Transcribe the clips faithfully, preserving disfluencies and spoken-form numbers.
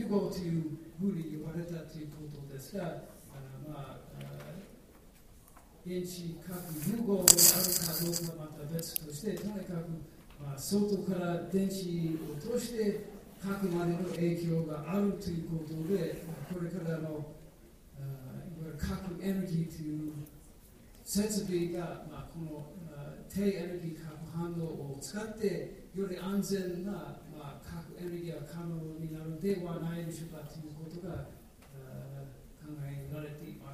合というふうに言われたということですが、あまあ、原子核融合があるかどうかまた別として、とにかく、まあ、外から電子を通して核までの影響があるということで、これからのいわゆる核エネルギーという設備が、まあ、この低エネルギー核反応を使ってより安全な、まあ、核エネルギーが可能になるのではないでしょうかということが考えられています。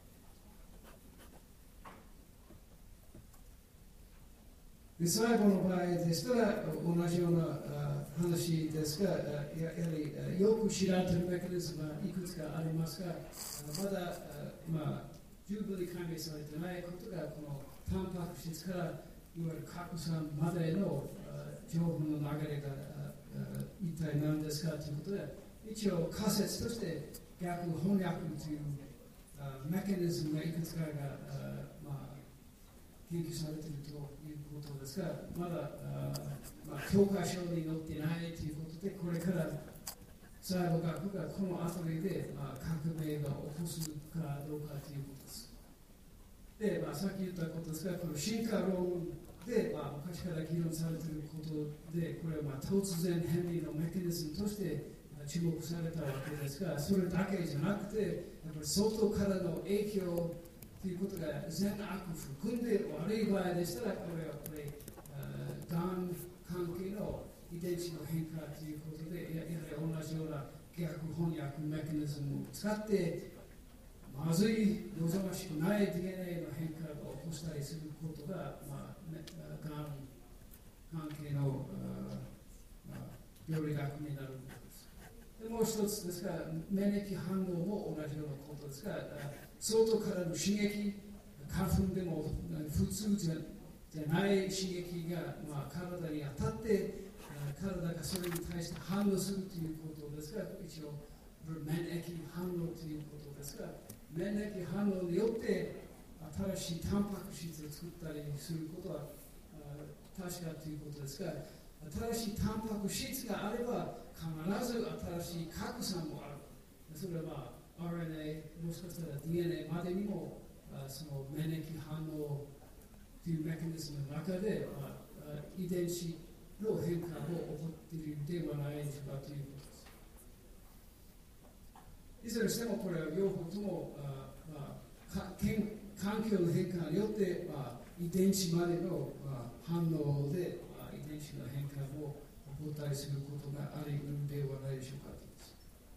で最後の場合でしたら同じような話ですが、やはりよく知られているメカニズムがいくつかありますが、まだ、まあ、十分に解明されていないことが、このタンパク質からいわゆる核酸までの情報の流れが一体何ですかということで、一応仮説として逆翻訳というメカニズムがいくつかが、まあ、研究されているということですが、まだ、まあ、教科書に載っていないということで、これから細胞学がこの辺りで、まあ、革命が起こすかどうかということです。で、まあ、さっき言ったことですが、この進化論で、まあ、昔から議論されていることで、これはまあ突然変異のメカニズムとして注目されたわけですが、それだけじゃなくて、やっぱり外からの影響ということが善悪含んで悪い場合でしたら、これはやっぱりがん関係の遺伝子の変化ということで、やはり同じような逆翻訳メカニズムを使って、まずい、望ましくない ディーエヌエー の変化を起こしたりすることが、まあ、がん関係の、まあ、病理学になるんです。でもう一つですが、免疫反応も同じようなことですが、外からの刺激、花粉でも普通じゃじゃない刺激が、まあ、体に当たって、体がそれに対して反応するということですが、一応、免疫反応ということですが、免疫反応によって新しいタンパク質を作ったりすることは確かということですが、新しいタンパク質があれば必ず新しい核酸もある。それは、まあ、アールエヌエー、もしかしたら ディーエヌエー までにもその免疫反応というメカニズムの中で、まあ、遺伝子の変化が起こっているのではないでしょうかということです。いずれにしてもこれは両方ともあ、まあ、環境の変化によって、まあ、遺伝子までの、まあ、反応で、まあ、遺伝子の変化を起こったりすることがあり得るのではないでしょうかということです。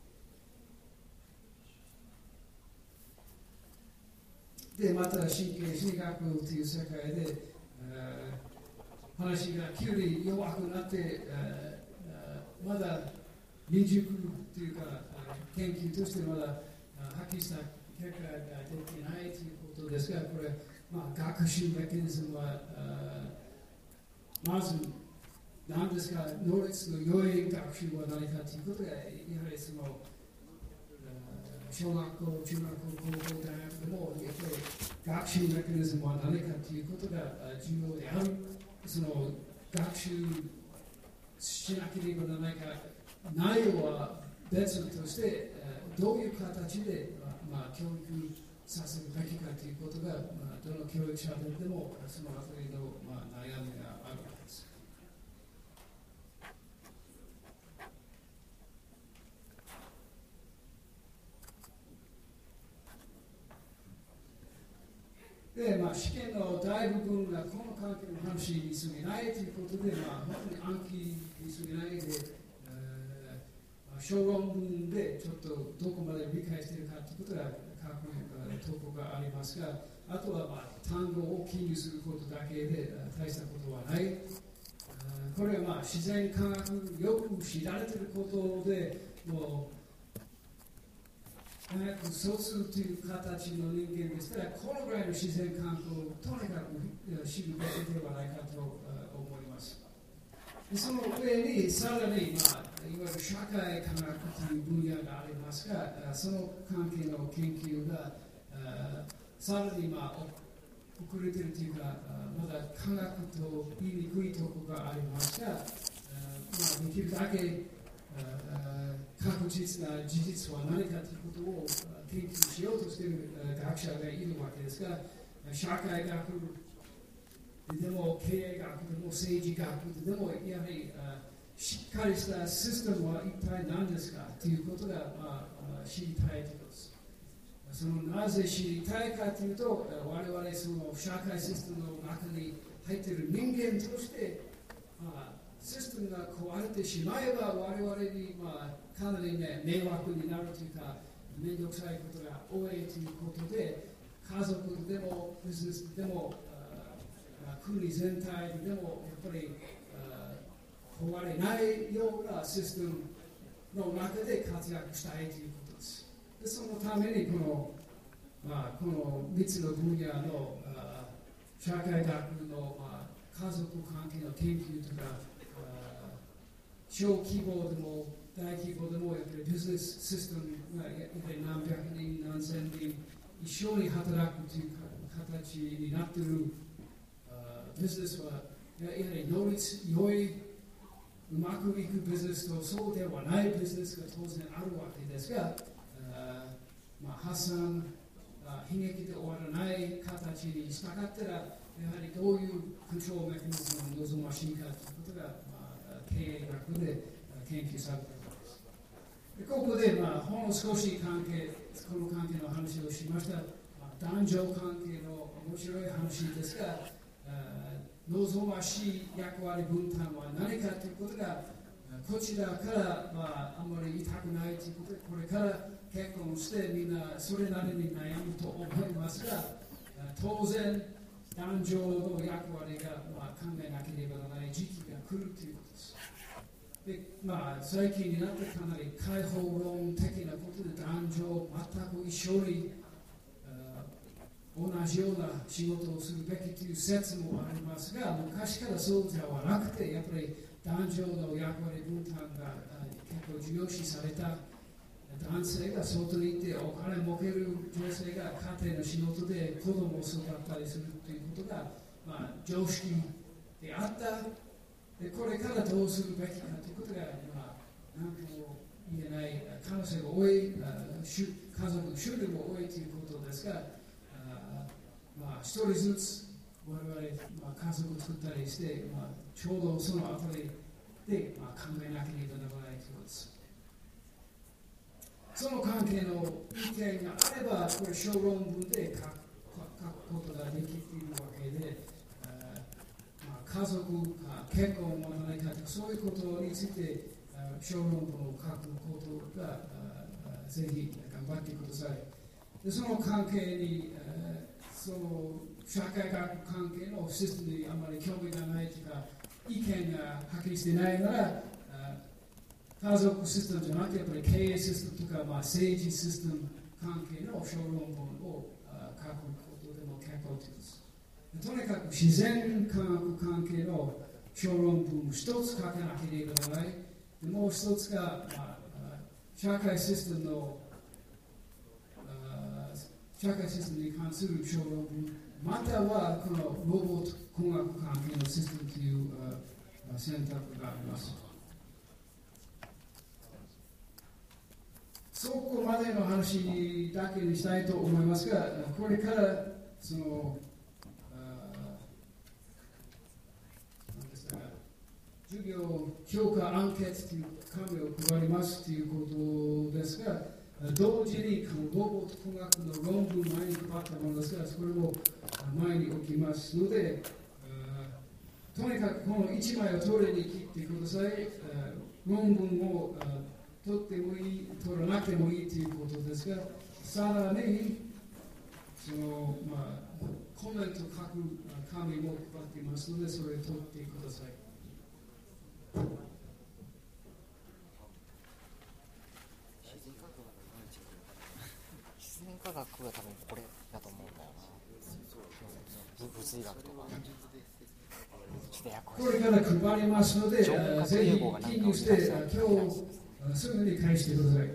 で、また神経心理学という世界で、話が急に弱くなって、まだ未熟というか、研究としてまだ発揮した結果が出ていないということですが、これ、まあ、学習メカニズムは、まず、何ですか、能率の良い学習は何かということが、やはりその、小学校、中学校、高校、大学でも、やっぱり学習メカニズムは何かということが重要である。その学習しなければならないか、内容は別として、どういう形で、まあ、教育させるべきかということが、まあ、どの教育者でもそのあたりの、まあ、悩みがあるわけです。で、まあ、試験の大部分がこの関係の話に過ぎないということで、まあ、本当に暗記に過ぎないで、えーまあ、小論文でちょっとどこまで理解しているかということが書くところがありますが、あとは、まあ、単語を記入することだけで大したことはない。これは、まあ、自然科学よく知られていることで、もう早くそうするという形の人間ですから、このぐらいの自然環境をとにかく知るべきではないかと思います。その上にさらに、まあ、いわゆる社会科学という分野がありますが、その関係の研究がさらに、まあ、遅れているというか、まだ科学と言いにくいところがありますが、まあ、できるだけ確実な事実は何かということを研究しようとしている学者がいるわけですが、社会学でも経営学でも政治学でもやはりしっかりしたシステムは一体何ですかということが、まあ、知りたいということです。そのなぜ知りたいかというと、我々その社会システムの中に入っている人間として、まあ、システムが壊れてしまえば我々に、まあ、かなり、ね、迷惑になるというか、面倒くさいことが多いということで、家族でもビジネスでも国全体でもやっぱり壊れないようなシステムの中で活躍したいということです。でそのためにこの、まあ、このみっつの分野の社会学の、まあ、家族関係の研究とか、小規模でも大規模でもやっぱりビジネスシステムがやっぱり何百人何千人一緒に働くという形になっているビジネスはやはり能率良い、うまくいくビジネスとそうではないビジネスが当然あるわけですが、まあ、破産、悲劇で終わらない形にしたかったら、やはりどういうコントロールメカニズムが望ましいかということが、まあ、経営学で研究されています。でここで、まあ、ほんの少し関係、この関係の話をしました。まあ、男女関係の面白い話ですが、望ましい役割分担は何かということが、こちらから、まあ、あんまり言いたくないということで、これから結婚してみんなそれなりに悩むと思いますが、当然、男女の役割が、まあ、考えなければならない時期が来るということです。で、まあ、最近になってかなり解放論的なことで男女全く一緒に同じような仕事をするべきという説もありますが、昔からそうではなくて、やっぱり男女の役割分担が結構重要視された。男性が外に行ってお金を儲ける、女性が家庭の仕事で子供を育ったりするということが、まあ、常識であった。でこれからどうするべきかということが、まあ、何とも言えない可能性が多い、家族、種類も多いということですが、まあ、一人ずつ我々、まあ、家族を作ったりして、まあ、ちょうどそのあたりで、まあ、考えなければならないということです。その関係の意見があれば、これ小論文で書くことができているわけで、まあ、家族、結婚は何かとそういうことについて小論文を書くことがぜひ頑張ってください。でその関係に、その社会学関係のシステムにあまり興味がないというか、意見がはっきりしてないなら、家族システムじゃなくて、やっぱり経営システムとか、まあ、政治システム関係の小論文を書くことでも結構です。とにかく自然科学関係の小論文を一つ書かなければならない。でもう一つが、まあ、社会システムの社会システムに関する小論文、またはこのロボット工学関係のシステムという選択があります。そこまでの話だけにしたいと思いますが、これからその授業評価アンケートという紙を配りますということですが、同時にロボット工学の論文前に配ったものですが、それも前に置きますので、とにかくこのいちまいを取りに切ってください。論文を取ってもいい、取らなくてもいいということですが、さらにその、まあ、コメント書く紙も配っていますので、それを取ってください。 自然科学が多分これだと思うんだよな。物理学とか。 これから配りますので、ぜひ記入して、今日すぐに返してください。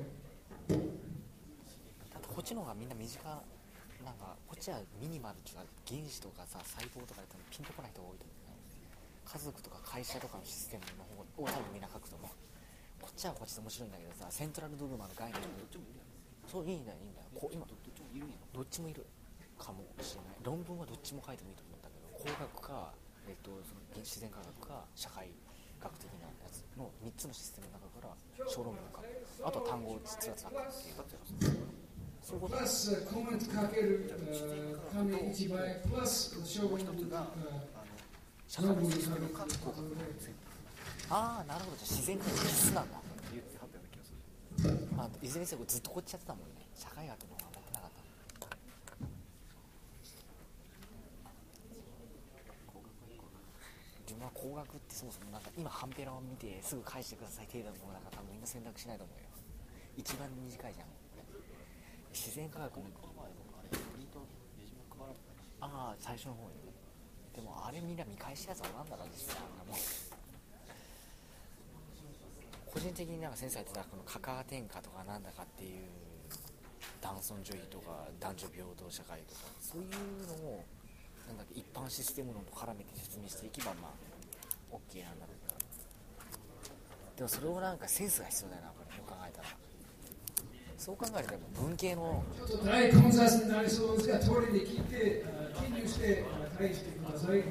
あとこっちの方がみんな身近なんか、こっちはミニマルっていうか原子とかさ、細胞とかでピンとこない人が多いと思う。家族とか会社とかのシステムの方を多分みんな書くと思う。 こっちはこっちで面白いんだけどさ、セントラルドグマの概念そういいんだよいいんだよこう今どっちもいるどっちもいるかもしれない。論文はどっちも書いてもいいと思うんだけど、工学か、えっと、その自然科学か社会学的なやつのみっつのシステムの中から小論文を書く。あとは単語をつらつら書くっていう。そういうことプラスコメントかける紙いちまいプラス小論文が論文を書くということで、 ああなるほど。じゃあ自然科学必須なんだ。 言ってはったような気がする。 まあ、いずれにせよずっとこっちやってたもんね。社会学の方が持ってなかった。自分は工学ってそもそもなんか今ハンペラを見てすぐ返してください程度のものだから多分みんな選択しないと思うよ。一番短いじゃん。自然科学のああ最初の方にね。でもあれみんな見返したやつはなんだろう実際あんなもん。個人的になんか先生やってたこのカカア転化とかなんだかっていう男尊女卑とか男女平等社会とかそういうのをなんだっけ一般システム論と絡めて説明していけばまあ OK なんだろうけど、でもそれをなんかセンスが必要だよなこれよく考えたら。そう考えると文系のちょっと大混雑になりそうですが、通りで切って記入して返してください。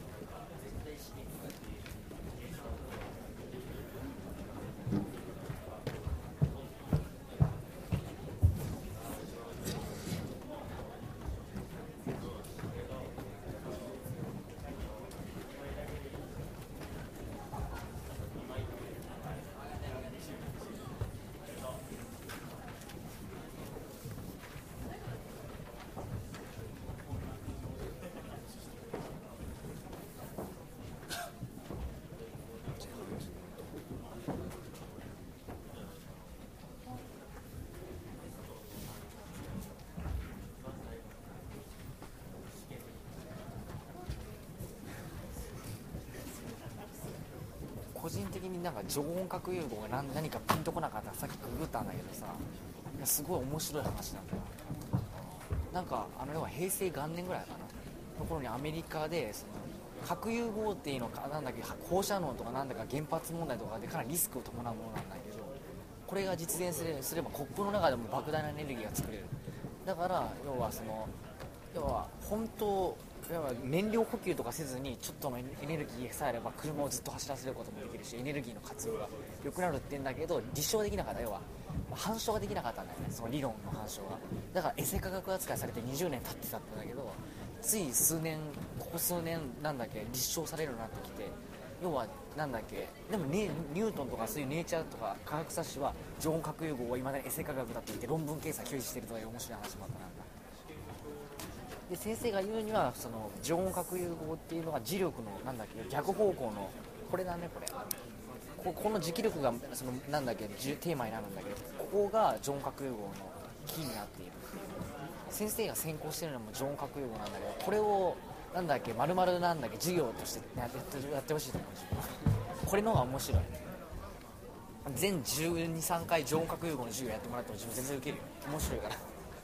個人的になんか常温核融合が 何, 何かピンとこなかったらさっきググったんだけどさ、いやすごい面白い話なんだよ。なんかあの要は平成元年ぐらいかなの頃にアメリカでその核融合っていうのかなんだっけ放射能とかなんだか原発問題とかでかなりリスクを伴うものなんだけど、これが実現すれすればコップの中でも莫大なエネルギーが作れる。だから要はその要は本当要は燃料補給とかせずにちょっとのエネルギーさえあれば車をずっと走らせることもできるしエネルギーの活用が良くなるって言うんだけど実証できなかった。要は反証ができなかったんだよね、その理論の反証が。だからエセ科学扱いされてにじゅうねん経ってたんだけど、つい数年ここ数年なんだっけ実証されるようになってきて、要はなんだっけでもニュートンとかそういうネイチャーとか科学雑誌は常温核融合を今までエセ科学だって言って論文掲載拒否してるとかいう面白い話もあったな。で先生が言うにはその常温核融合っていうのが磁力のなんだっけ逆方向のこれだねこれこ, この磁気力がそのなんだっけテーマになるんだけど、ここが常温核融合のキーになっている。先生が専攻しているのも常温核融合なんだけど、これをなんだっけ丸々なんだっけ授業としてやってやってほしいと思う。これの方が面白い。全じゅうに、さんかい常温核融合の授業やってもらっても自分全然受けるよ。面白いから。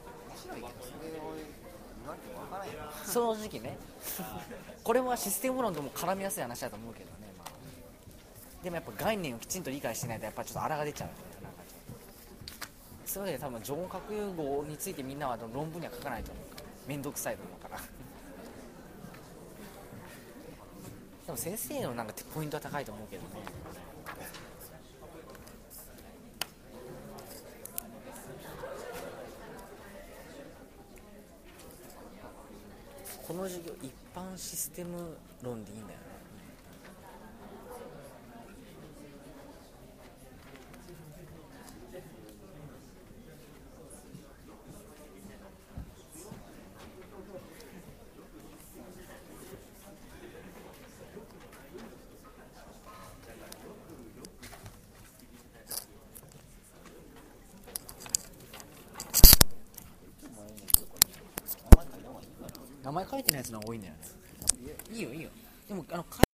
正直ねこれはシステム論とも絡みやすい話だと思うけどね、まあ、でもやっぱ概念をきちんと理解してないとやっぱちょっと荒が出ちゃうよね。なんかそういうわけで多分常温核融合についてみんなは論文には書かないと思うからめんどくさいと思うからでも先生のなんかポイントは高いと思うけどね。この授業一般システム論でいいんだよね。名前書いてないやつの方が多いんだよね。いいよいいよ。でもあの書